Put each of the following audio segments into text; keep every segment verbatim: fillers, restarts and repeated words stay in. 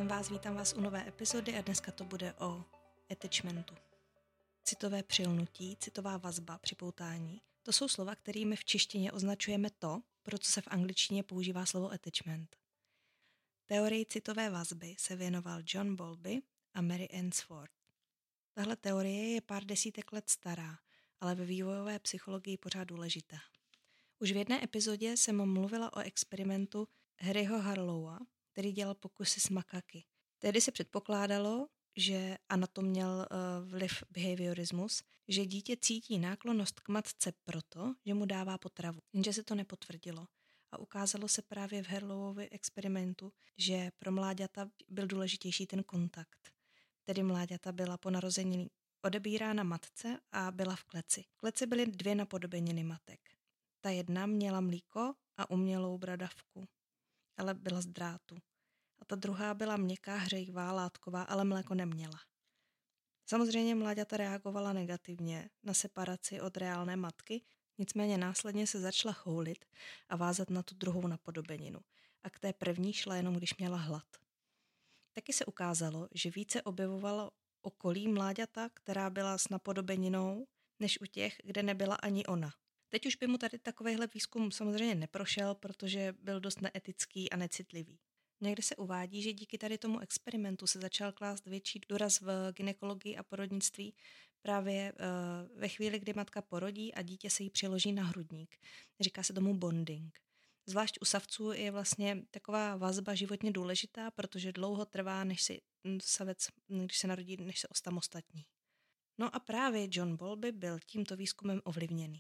Zdravím vás, vítám vás u nové epizody a dneska to bude o attachmentu. Citové přilnutí, citová vazba, připoutání, to jsou slova, kterými v češtině označujeme to, pro co se v angličtině používá slovo attachment. Teorii citové vazby se věnoval John Bowlby a Mary Ainsworth. Tahle teorie je pár desítek let stará, ale ve vývojové psychologii pořád důležitá. Už v jedné epizodě jsem mluvila o experimentu Harryho Harlowa, který dělal pokusy s makaky. Tehdy se předpokládalo, že, a na to měl uh, vliv behaviorismus, že dítě cítí náklonnost k matce proto, že mu dává potravu. Jenže se to nepotvrdilo. A ukázalo se právě v Harlowově experimentu, že pro mláďata byl důležitější ten kontakt. Tedy mláďata byla po narození odebírána matce a byla v kleci. V kleci byly dvě napodobeniny matek. Ta jedna měla mlíko a umělou bradavku, ale byla z drátu. A ta druhá byla měkká, hřejivá, látková, ale mléko neměla. Samozřejmě mláďata reagovala negativně na separaci od reálné matky, nicméně následně se začala choulit a vázat na tu druhou napodobeninu. A k té první šla jenom, když měla hlad. Taky se ukázalo, že více objevovalo okolí mláďata, která byla s napodobeninou, než u těch, kde nebyla ani ona. Teď už by mu tady takovejhle výzkum samozřejmě neprošel, protože byl dost neetický a necitlivý. Někde se uvádí, že díky tady tomu experimentu se začal klást větší důraz v gynekologii a porodnictví právě uh, ve chvíli, kdy matka porodí a dítě se jí přiloží na hrudník. Říká se tomu bonding. Zvlášť u savců je vlastně taková vazba životně důležitá, protože dlouho trvá, než si savec, když se narodí, než se osamostatní. No a právě John Bowlby byl tímto výzkumem ovlivněný.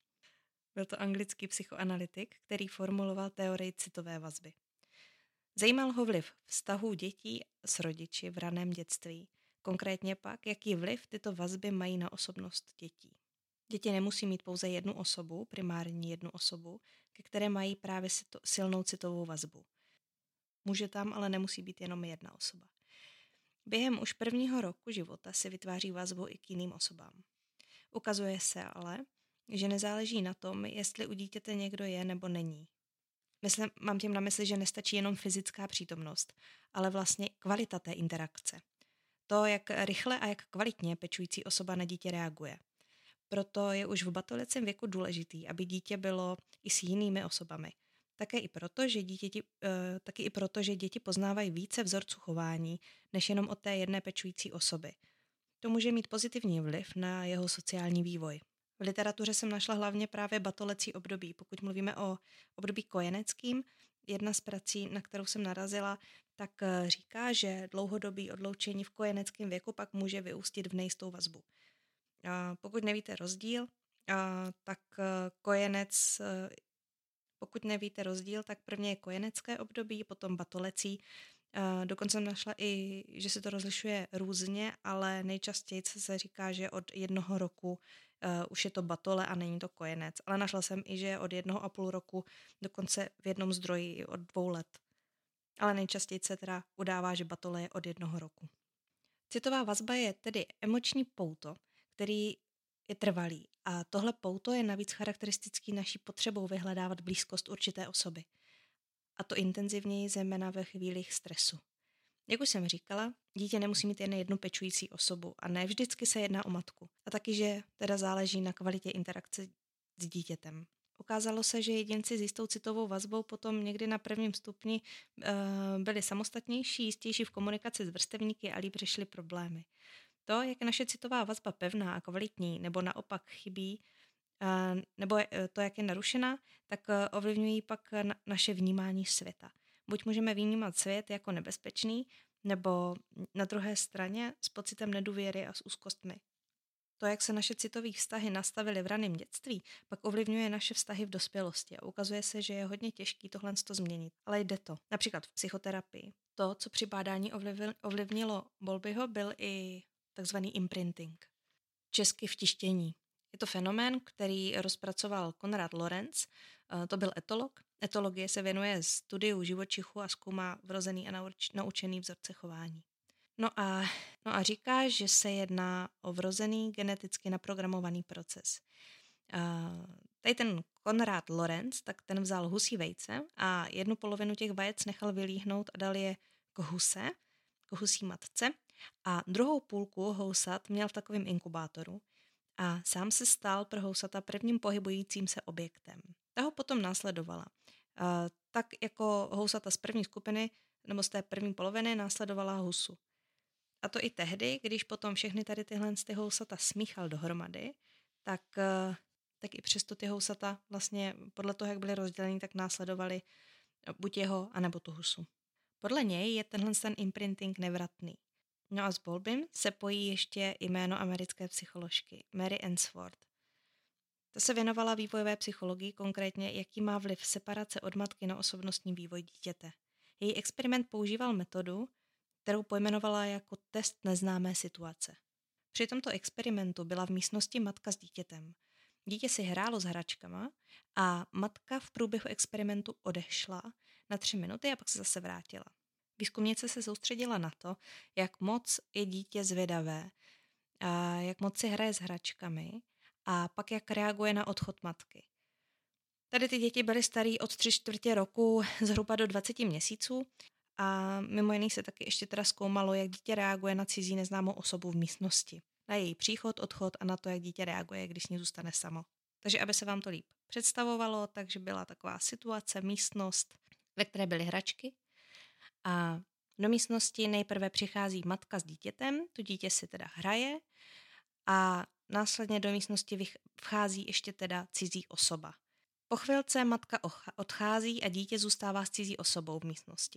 Byl to anglický psychoanalytik, který formuloval teorii citové vazby. Zajímal ho vliv vztahů dětí s rodiči v raném dětství, konkrétně pak, jaký vliv tyto vazby mají na osobnost dětí. Děti nemusí mít pouze jednu osobu, primární jednu osobu, ke které mají právě silnou citovou vazbu. Může tam, ale nemusí být jenom jedna osoba. Během už prvního roku života si vytváří vazbu i k jiným osobám. Ukazuje se ale, že nezáleží na tom, jestli u dítěte někdo je nebo není. Myslím, mám tím na mysli, že nestačí jenom fyzická přítomnost, ale vlastně kvalita té interakce. To, jak rychle a jak kvalitně pečující osoba na dítě reaguje. Proto je už v batolecím věku důležitý, aby dítě bylo i s jinými osobami. Také i proto, že dítěti, e, taky i proto, že děti poznávají více vzorců chování, než jenom od té jedné pečující osoby. To může mít pozitivní vliv na jeho sociální vývoj. V literatuře jsem našla hlavně právě batolecí období. Pokud mluvíme o období kojeneckým, jedna z prací, na kterou jsem narazila, tak říká, že dlouhodobý odloučení v kojeneckém věku pak může vyústit v nejistou vazbu. A pokud nevíte rozdíl, a tak kojenec, pokud nevíte rozdíl, tak prvně je kojenecké období, potom batolecí. Dokonce jsem našla i, že se to rozlišuje různě, ale nejčastěji se říká, že od jednoho roku uh, už je to batole a není to kojenec. Ale našla jsem i, že od jednoho a půl roku, dokonce v jednom zdroji i od dvou let. Ale nejčastěji se teda udává, že batole je od jednoho roku. Citová vazba je tedy emoční pouto, který je trvalý. A tohle pouto je navíc charakteristický naší potřebou vyhledávat blízkost určité osoby. A to intenzivněji, zejména ve chvílích stresu. Jak už jsem říkala, dítě nemusí mít jen jednu pečující osobu a ne vždycky se jedná o matku. A taky, že teda záleží na kvalitě interakce s dítětem. Ukázalo se, že jedinci s jistou citovou vazbou potom někdy na prvním stupni uh, byli samostatnější, jistější v komunikaci s vrstevníky a líp řešili problémy. To, jak je naše citová vazba pevná a kvalitní, nebo naopak chybí, nebo to, jak je narušená, tak ovlivňují pak naše vnímání světa. Buď můžeme vnímat svět jako nebezpečný, nebo na druhé straně s pocitem nedůvěry a s úzkostmi. To, jak se naše citové vztahy nastavily v raném dětství, pak ovlivňuje naše vztahy v dospělosti a ukazuje se, že je hodně těžký tohle změnit. Ale jde to. Například v psychoterapii. To, co při bádání ovlivnilo Bowlbyho, byl i takzvaný imprinting. Česky vtištění. Je to fenomén, který rozpracoval Konrad Lorenz, to byl etolog. Etologie se věnuje studiu živočichů a zkoumá vrozený a naučený vzorce chování. No a, no a říká, že se jedná o vrozený geneticky naprogramovaný proces. Tady ten Konrad Lorenz, tak ten vzal husí vejce a jednu polovinu těch vajec nechal vylíhnout a dal je k huse k husí matce a druhou půlku housat měl v takovém inkubátoru a sám se stal pro housata prvním pohybujícím se objektem. Ta ho potom následovala. Uh, tak jako housata z první skupiny nebo z té první poloviny následovala husu. A to i tehdy, když potom všechny tady tyhle ty housata smíchal dohromady, tak, uh, tak i přesto ty housata vlastně podle toho, jak byly rozděleny, tak následovali buď jeho, anebo tu husu. Podle něj je tenhle ten imprinting nevratný. No a s Bowlbym se pojí ještě jméno americké psycholožky Mary Ainsworth. Ta se věnovala vývojové psychologii, konkrétně jaký má vliv separace od matky na osobnostní vývoj dítěte. Její experiment používal metodu, kterou pojmenovala jako test neznámé situace. Při tomto experimentu byla v místnosti matka s dítětem. Dítě si hrálo s hračkama a matka v průběhu experimentu odešla na tři minuty a pak se zase vrátila. Výzkumnice se soustředila na to, jak moc je dítě zvědavé, a jak moc si hraje s hračkami a pak jak reaguje na odchod matky. Tady ty děti byly starý od tři čtvrtě roku zhruba do dvaceti měsíců a mimo jiný se taky ještě teda zkoumalo, jak dítě reaguje na cizí neznámou osobu v místnosti. Na její příchod, odchod a na to, jak dítě reaguje, když s ní zůstane samo. Takže aby se vám to líp představovalo, takže byla taková situace, místnost, ve které byly hračky a do místnosti nejprve přichází matka s dítětem, to dítě si teda hraje a následně do místnosti vchází ještě teda cizí osoba. Po chvilce matka odchází a dítě zůstává s cizí osobou v místnosti.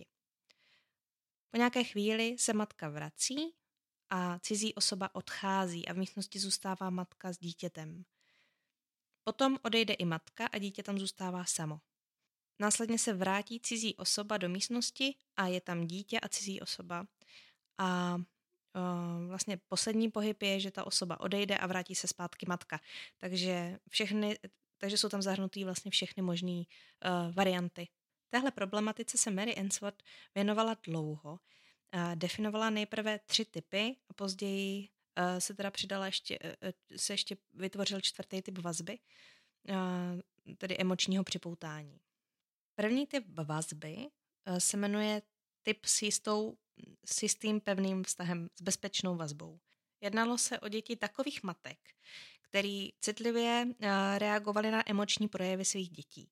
Po nějaké chvíli se matka vrací a cizí osoba odchází a v místnosti zůstává matka s dítětem. Potom odejde i matka a dítě tam zůstává samo. Následně se vrátí cizí osoba do místnosti a je tam dítě a cizí osoba. A uh, vlastně poslední pohyb je, že ta osoba odejde a vrátí se zpátky matka. Takže, všechny, takže jsou tam zahrnutý vlastně všechny možné uh, varianty. Téhle problematice se Mary Ainsworth věnovala dlouho. Uh, definovala nejprve tři typy a později uh, se teda přidala ještě, uh, se ještě vytvořil čtvrtý typ vazby, uh, tedy emočního připoutání. První typ vazby se jmenuje typ s, jistou, s jistým pevným vztahem, s bezpečnou vazbou. Jednalo se o děti takových matek, který citlivě reagovaly na emoční projevy svých dětí.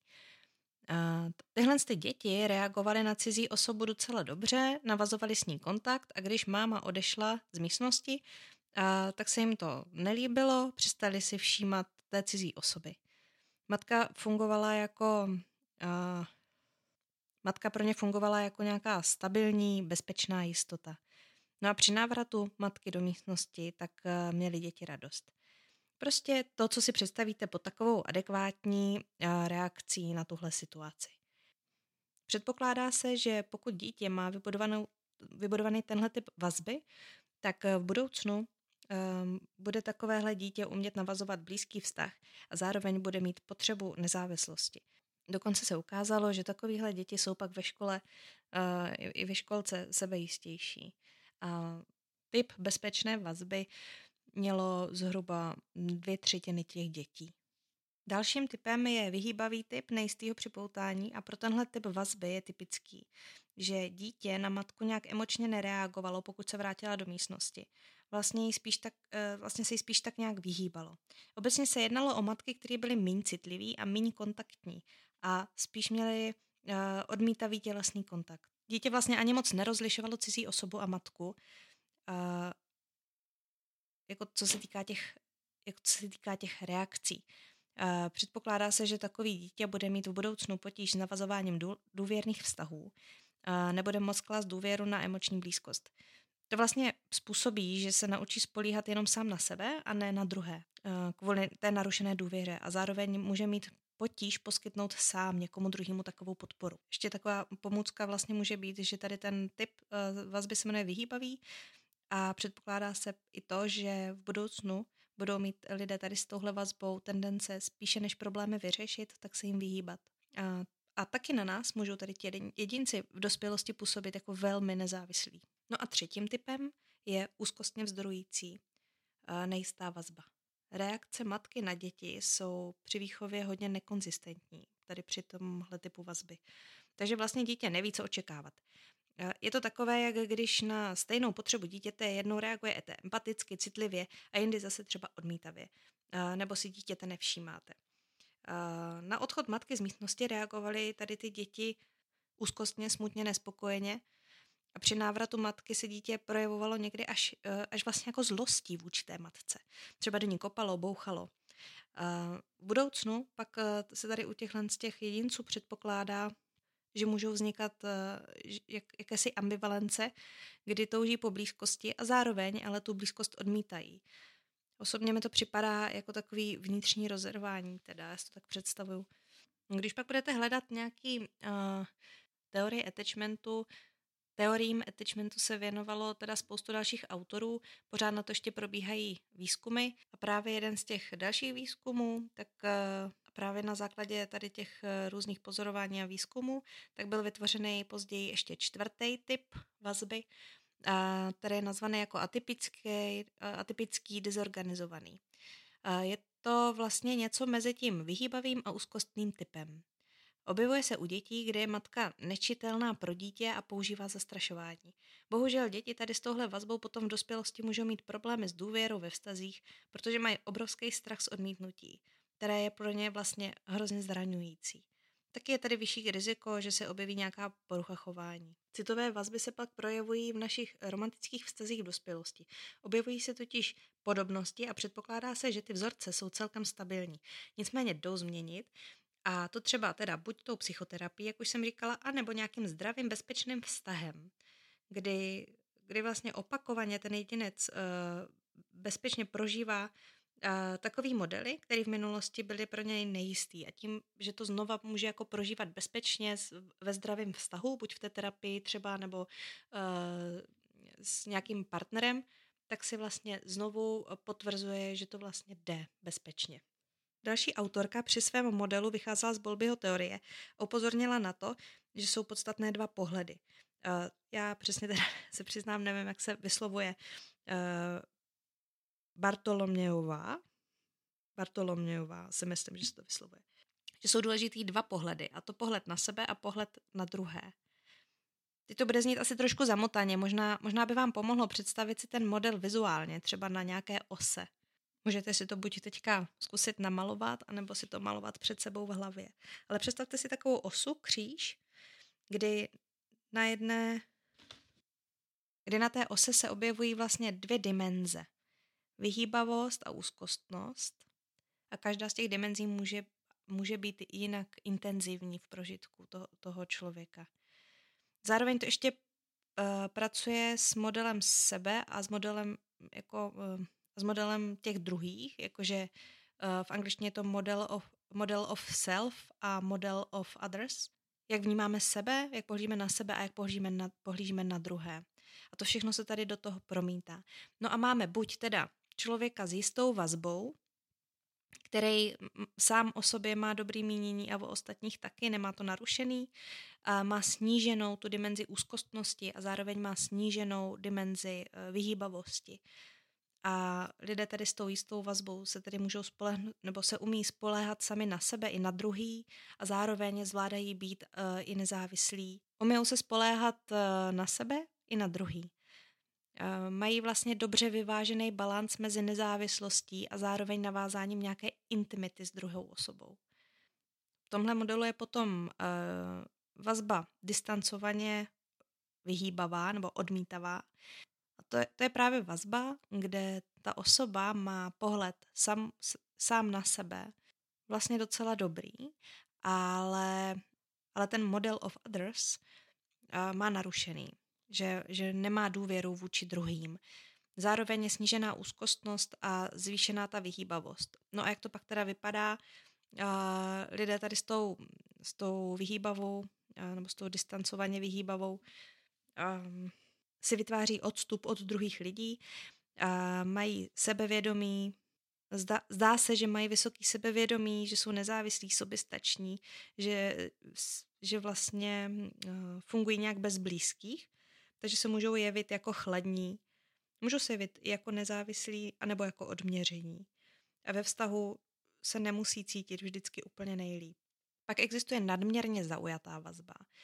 Tyhle ty děti reagovaly na cizí osobu docela dobře, navazovaly s ní kontakt a když máma odešla z místnosti, tak se jim to nelíbilo, přestali si všímat té cizí osoby. Matka fungovala jako... Uh, matka pro ně fungovala jako nějaká stabilní, bezpečná jistota. No a při návratu matky do místnosti, tak uh, měly děti radost. Prostě to, co si představíte pod takovou adekvátní uh, reakcí na tuhle situaci. Předpokládá se, že pokud dítě má vybudovanou, vybudovaný tenhle typ vazby, tak v budoucnu um, bude takovéhle dítě umět navazovat blízký vztah a zároveň bude mít potřebu nezávislosti. Dokonce se ukázalo, že takovéhle děti jsou pak ve škole uh, i ve školce sebejistější. A typ bezpečné vazby mělo zhruba dvě třetiny těch dětí. Dalším typem je vyhýbavý typ nejistého připoutání a pro tenhle typ vazby je typický, že dítě na matku nějak emočně nereagovalo, pokud se vrátila do místnosti. Vlastně, jí spíš tak, vlastně se jí spíš tak nějak vyhýbalo. Obecně se jednalo o matky, které byly méně citlivý a méně kontaktní a spíš měly uh, odmítavý tělesný kontakt. Dítě vlastně ani moc nerozlišovalo cizí osobu a matku, uh, jako co se týká těch, jako co se týká těch reakcí. Uh, předpokládá se, že takový dítě bude mít v budoucnu potíž s navazováním důvěrných vztahů, uh, nebude moc klást důvěru na emoční blízkost. To vlastně způsobí, že se naučí spolíhat jenom sám na sebe a ne na druhé, uh, kvůli té narušené důvěře a zároveň může mít potíž poskytnout sám někomu druhému takovou podporu. Ještě taková pomůcka vlastně může být, že tady ten typ uh, vazby se jmenuje vyhýbavý a předpokládá se i to, že v budoucnu budou mít lidé tady s touhle vazbou tendence spíše než problémy vyřešit, tak se jim vyhýbat. A, a taky na nás můžou tady ti jedinci v dospělosti působit jako velmi nezávislí. No a třetím typem je úzkostně vzdorující nejistá vazba. Reakce matky na děti jsou při výchově hodně nekonzistentní, tady při tomhle typu vazby. Takže vlastně dítě neví, co očekávat. Je to takové, jak když na stejnou potřebu dítěte jednou reagujete empaticky, citlivě a jindy zase třeba odmítavě, nebo si dítěte nevšímáte. Na odchod matky z místnosti reagovaly tady ty děti úzkostně, smutně, nespokojeně a při návratu matky se dítě projevovalo někdy až, až vlastně jako zlostí vůči té matce. Třeba do ní kopalo, bouchalo. V budoucnu pak se tady u těchhle z těch jedinců předpokládá, že můžou vznikat jak, jakési ambivalence, kdy touží po blízkosti a zároveň ale tu blízkost odmítají. Osobně mi to připadá jako takový vnitřní rozervání, teda já si to tak představuju. Když pak budete hledat nějaký uh, teorie attachmentu, teoriím attachmentu se věnovalo teda spoustu dalších autorů, pořád na to ještě probíhají výzkumy a právě jeden z těch dalších výzkumů, tak uh, právě na základě tady těch uh, různých pozorování a výzkumů, tak byl vytvořený později ještě čtvrtý typ vazby, uh, který je nazvaný jako atypický, uh, atypický dezorganizovaný. Uh, je to vlastně něco mezi tím vyhýbavým a úzkostným typem. Objevuje se u dětí, kde je matka nečitelná pro dítě a používá zastrašování. Bohužel děti tady s touhle vazbou potom v dospělosti můžou mít problémy s důvěrou ve vztazích, protože mají obrovský strach z odmítnutí, které je pro ně vlastně hrozně zraňující. Taky je tady vyšší riziko, že se objeví nějaká porucha chování. Citové vazby se pak projevují v našich romantických vztazích v dospělosti. Objevují se totiž podobnosti a předpokládá se, že ty vzorce jsou celkem stabilní. Nicméně jdou změnit, a to třeba teda buď tou psychoterapií, jak už jsem říkala, anebo nějakým zdravým, bezpečným vztahem, kdy, kdy vlastně opakovaně ten jedinec uh, bezpečně prožívá uh, takový modely, které v minulosti byly pro něj nejistý. A tím, že to znova může jako prožívat bezpečně ve zdravém vztahu, buď v té terapii třeba, nebo uh, s nějakým partnerem, tak si vlastně znovu potvrzuje, že to vlastně jde bezpečně. Další autorka při svém modelu vycházela z Bowlbyho teorie a upozornila na to, že jsou podstatné dva pohledy. Uh, já přesně teda se přiznám, nevím, jak se vyslovuje uh, Bartolomějová. Bartolomějová, si myslím, že se to vyslovuje. Že jsou důležitý dva pohledy, a to pohled na sebe a pohled na druhé. Teď to bude znít asi trošku zamotaně, možná, možná by vám pomohlo představit si ten model vizuálně, třeba na nějaké ose. Můžete si to buď teďka zkusit namalovat, anebo si to malovat před sebou v hlavě. Ale představte si takovou osu, kříž, kdy na jedné, kdy na té ose se objevují vlastně dvě dimenze. Vyhýbavost a úzkostnost. A každá z těch dimenzí může, může být jinak intenzivní v prožitku toho, toho člověka. Zároveň to ještě uh, pracuje s modelem sebe a s modelem jako... Uh, s modelem těch druhých, jakože uh, v angličtině je to model of, model of self a model of others. Jak vnímáme sebe, jak pohlížíme na sebe a jak pohlížíme na, pohlížíme na druhé. A to všechno se tady do toho promítá. No a máme buď teda člověka s jistou vazbou, který sám o sobě má dobrý mínění a o ostatních taky, nemá to narušený, a má sníženou tu dimenzi úzkostnosti a zároveň má sníženou dimenzi uh, vyhýbavosti. A lidé tady s tou jistou vazbou se tedy můžou spolehnout, nebo se umí spoléhat sami na sebe i na druhý a zároveň zvládají být uh, i nezávislí. Umí se spoléhat uh, na sebe i na druhý. Uh, mají vlastně dobře vyvážený balanc mezi nezávislostí a zároveň navázáním nějaké intimity s druhou osobou. V tomhle modelu je potom uh, vazba distancovaně vyhýbavá nebo odmítavá. A to je, to je právě vazba, kde ta osoba má pohled sam, sám na sebe, vlastně docela dobrý, ale, ale ten model of others uh, má narušený, že, že nemá důvěru vůči druhým. Zároveň je snížená úzkostnost a zvýšená ta vyhýbavost. No a jak to pak teda vypadá? Uh, lidé tady s tou, s tou vyhýbavou, uh, nebo s tou distancovaně vyhýbavou, um, si vytváří odstup od druhých lidí, a mají sebevědomí, zdá, zdá se, že mají vysoký sebevědomí, že jsou nezávislí, soběstační, že, že vlastně uh, fungují nějak bez blízkých, takže se můžou jevit jako chladní, můžou se jevit jako nezávislí anebo jako odměření. A ve vztahu se nemusí cítit vždycky úplně nejlíp. Pak existuje nadměrně zaujatá vazba.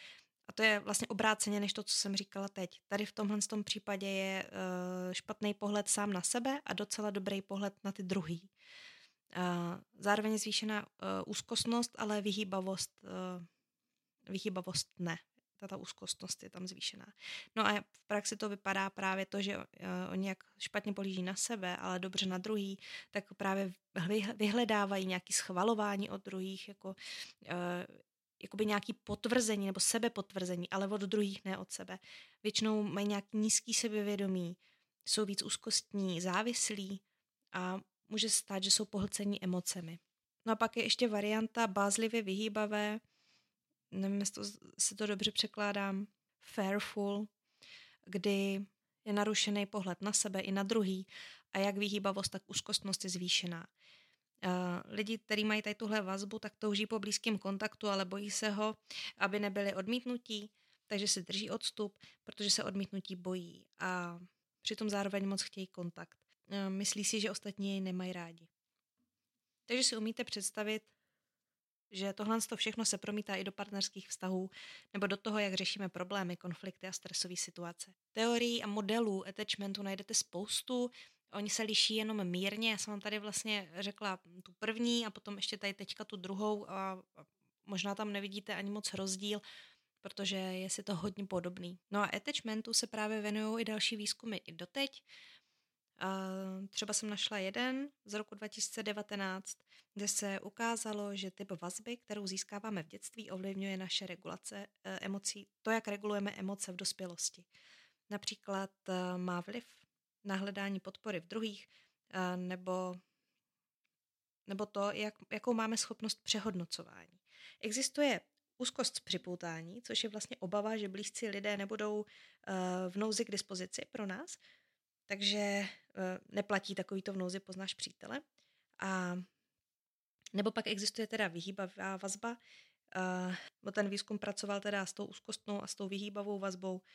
A to je vlastně obráceně než to, co jsem říkala teď. Tady v tomhle tom případě je uh, špatný pohled sám na sebe a docela dobrý pohled na ty druhý. Uh, zároveň je zvýšená uh, úzkostnost, ale vyhýbavost, uh, vyhýbavost ne. Ta úzkostnost je tam zvýšená. No a v praxi to vypadá právě to, že uh, oni jak špatně pohlíží na sebe, ale dobře na druhý, tak právě vyhledávají nějaké schvalování od druhých, jako uh, jakoby nějaké potvrzení nebo sebepotvrzení, ale od druhých, ne od sebe. Většinou mají nějaký nízký sebevědomí, jsou víc úzkostní, závislí a může se stát, že jsou pohlcení emocemi. No a pak je ještě varianta bázlivě vyhýbavé, nevím, jestli se to dobře překládám, fearful, kdy je narušený pohled na sebe i na druhý a jak vyhýbavost, tak úzkostnost je zvýšená. Uh, lidi, kteří mají tady tuhle vazbu, tak touží po blízkém kontaktu, ale bojí se ho, aby nebyli odmítnutí, takže se drží odstup, protože se odmítnutí bojí a přitom zároveň moc chtějí kontakt. Uh, myslí si, že ostatní jej nemají rádi. Takže si umíte představit, že tohle všechno se promítá i do partnerských vztahů nebo do toho, jak řešíme problémy, konflikty a stresové situace. Teorií a modelů attachmentu najdete spoustu, oni se liší jenom mírně, já jsem vám tady vlastně řekla tu první a potom ještě tady teďka tu druhou a možná tam nevidíte ani moc rozdíl, protože je si to hodně podobný. No a attachmentu se právě věnují i další výzkumy i doteď. Uh, třeba jsem našla jeden z roku dva tisíce devatenáct, kde se ukázalo, že typ vazby, kterou získáváme v dětství, ovlivňuje naše regulace uh, emocí, to, jak regulujeme emoce v dospělosti. Například uh, má vliv na hledání podpory v druhých, uh, nebo, nebo to, jak, jakou máme schopnost přehodnocování. Existuje úzkost z připoutání, což je vlastně obava, že blízcí lidé nebudou uh, v nouzi k dispozici pro nás, takže neplatí takovýto v nouzi poznáš přítele. A nebo pak existuje teda vyhýbavá vazba, uh, bo ten výzkum pracoval teda s tou úzkostnou a s tou vyhýbavou vazbou, uh,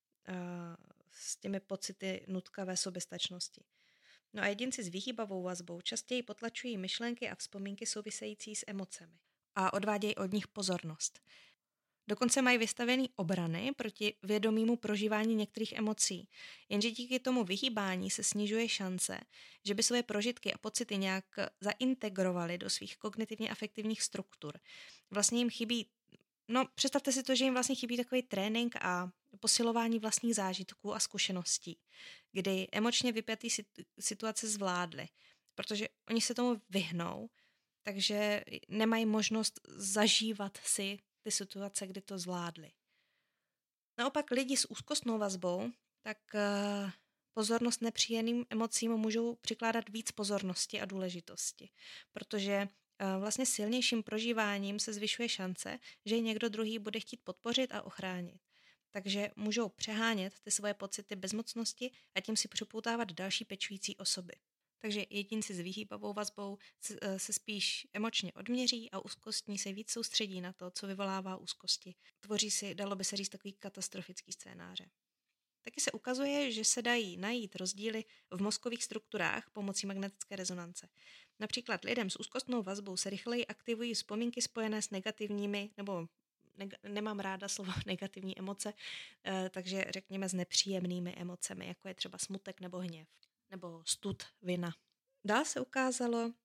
s těmi pocity nutkavé soběstačnosti. No a jedinci s vyhýbavou vazbou častěji potlačují myšlenky a vzpomínky související s emocemi a odvádějí od nich pozornost. Dokonce mají vystavený obrany proti vědomímu prožívání některých emocí. Jenže díky tomu vyhýbání se snižuje šance, že by své prožitky a pocity nějak zaintegrovali do svých kognitivně afektivních struktur. Vlastně jim chybí, no představte si to, že jim vlastně chybí takový trénink a posilování vlastních zážitků a zkušeností, kdy emočně vypjatý situace zvládli, protože oni se tomu vyhnou, takže nemají možnost zažívat si ty situace, kdy to zvládli. Naopak lidi s úzkostnou vazbou, tak uh, pozornost nepříjemným emocím můžou přikládat víc pozornosti a důležitosti, protože uh, vlastně silnějším prožíváním se zvyšuje šance, že ji někdo druhý bude chtít podpořit a ochránit. Takže můžou přehánět ty svoje pocity bezmocnosti a tím si připoutávat další pečující osoby. Takže jedinci s vyhýbavou vazbou se, se spíš emočně odměří a úzkostní se víc soustředí na to, co vyvolává úzkosti. Tvoří si, dalo by se říct, takový katastrofický scénáře. Taky se ukazuje, že se dají najít rozdíly v mozkových strukturách pomocí magnetické rezonance. Například lidem s úzkostnou vazbou se rychleji aktivují vzpomínky spojené s negativními, nebo neg- nemám ráda slovo negativní emoce, eh, takže řekněme s nepříjemnými emocemi, jako je třeba smutek nebo hněv. Nebo stud, vina. Dál se ukázalo uh,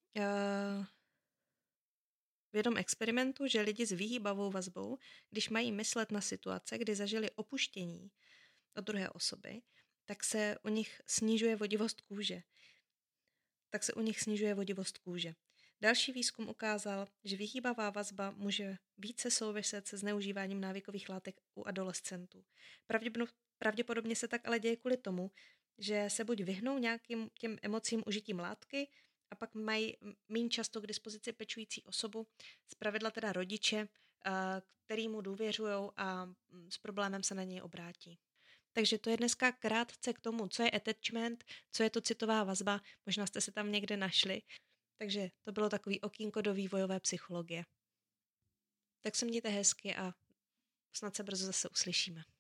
v jednom experimentu, že lidi s vyhýbavou vazbou, když mají myslet na situace, kdy zažili opuštění od druhé osoby, tak se u nich snižuje vodivost kůže. Tak se u nich snižuje vodivost kůže. Další výzkum ukázal, že vyhýbavá vazba může více souviset se zneužíváním návykových látek u adolescentů. Pravděpodobně se tak ale děje kvůli tomu, že se buď vyhnou nějakým těm emocím užitím látky a pak mají méně často k dispozici pečující osobu, zpravidla teda rodiče, který mu důvěřují a s problémem se na něj obrátí. Takže to je dneska krátce k tomu, co je attachment, co je to citová vazba, možná jste se tam někde našli. Takže to bylo takový okýnko do vývojové psychologie. Tak se mějte hezky a snad se brzo zase uslyšíme.